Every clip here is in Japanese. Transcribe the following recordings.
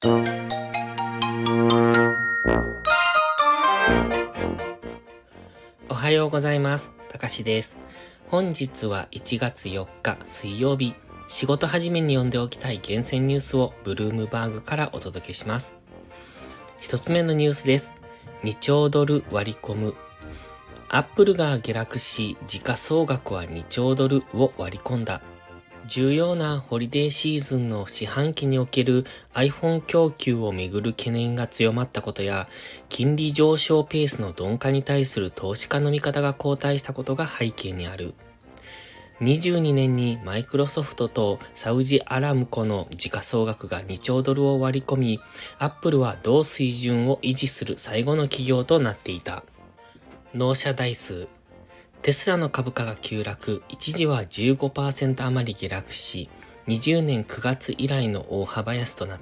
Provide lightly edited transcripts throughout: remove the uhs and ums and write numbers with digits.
おはようございます。たかしです。本日は1月4日水曜日、仕事始めに読んでおきたい厳選ニュースをブルームバーグからお届けします。一つ目のニュースです。2兆ドル割り込む。アップルが下落し、時価総額は2兆ドルを割り込んだ。重要なホリデーシーズンの四半期における iPhone 供給をめぐる懸念が強まったことや、金利上昇ペースの鈍化に対する投資家の見方が後退したことが背景にある。22年にマイクロソフトとサウジアラムコの時価総額が2兆ドルを割り込み、アップルは同水準を維持する最後の企業となっていた。納車台数。テスラの株価が急落、一時は 15% 余り下落し、20年9月以来の大幅安となった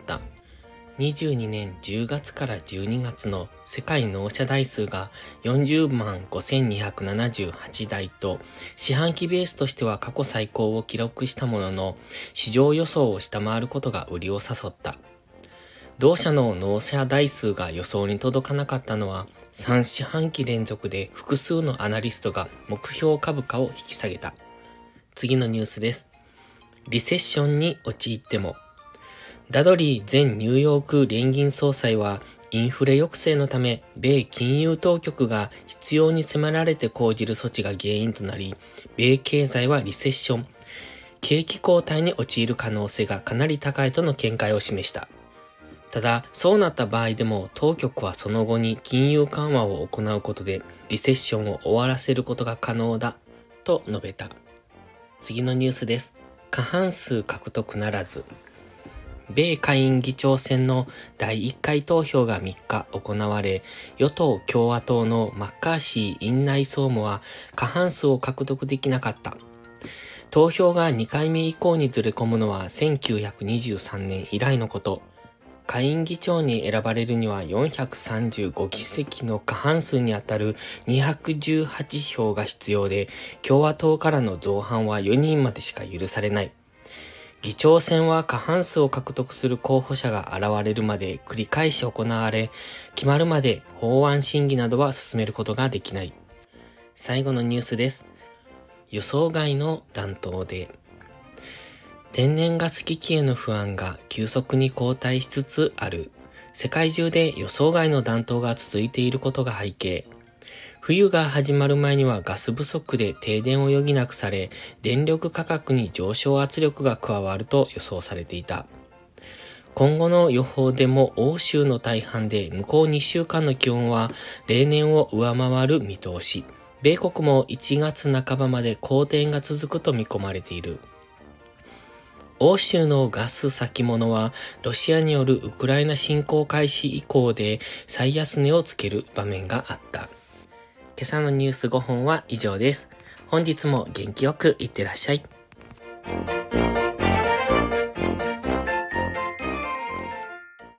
。22年10月から12月の世界納車台数が40万5278台と、四半期ベースとしては過去最高を記録したものの、市場予想を下回ることが売りを誘った。同社の納車台数が予想に届かなかったのは、3四半期連続で複数のアナリストが目標株価を引き下げた。次のニュースです。リセッションに陥っても。ダドリー前ニューヨーク連銀総裁は、インフレ抑制のため、米金融当局が必要に迫られて講じる措置が原因となり、米経済はリセッション、景気後退に陥る可能性がかなり高いとの見解を示した。ただ、そうなった場合でも当局はその後に金融緩和を行うことでリセッションを終わらせることが可能だと述べた。次のニュースです。過半数獲得ならず。米下院議長選の第1回投票が3日行われ、与党共和党のマッカーシー院内総務は過半数を獲得できなかった。投票が2回目以降にずれ込むのは1923年以来のこと。下院議長に選ばれるには435議席の過半数にあたる218票が必要で、共和党からの造反は4人までしか許されない。議長選は過半数を獲得する候補者が現れるまで繰り返し行われ、決まるまで法案審議などは進めることができない。最後のニュースです。予想外の暖冬で。天然ガス危機への不安が急速に後退しつつある。世界中で予想外の暖冬が続いていることが背景。冬が始まる前にはガス不足で停電を余儀なくされ、電力価格に上昇圧力が加わると予想されていた。今後の予報でも欧州の大半で向こう2週間の気温は例年を上回る見通し。米国も1月半ばまで好転が続くと見込まれている。欧州のガス先物はロシアによるウクライナ侵攻開始以降で最安値をつける場面があった。今朝のニュース5本は以上です。本日も元気よくいってらっしゃい。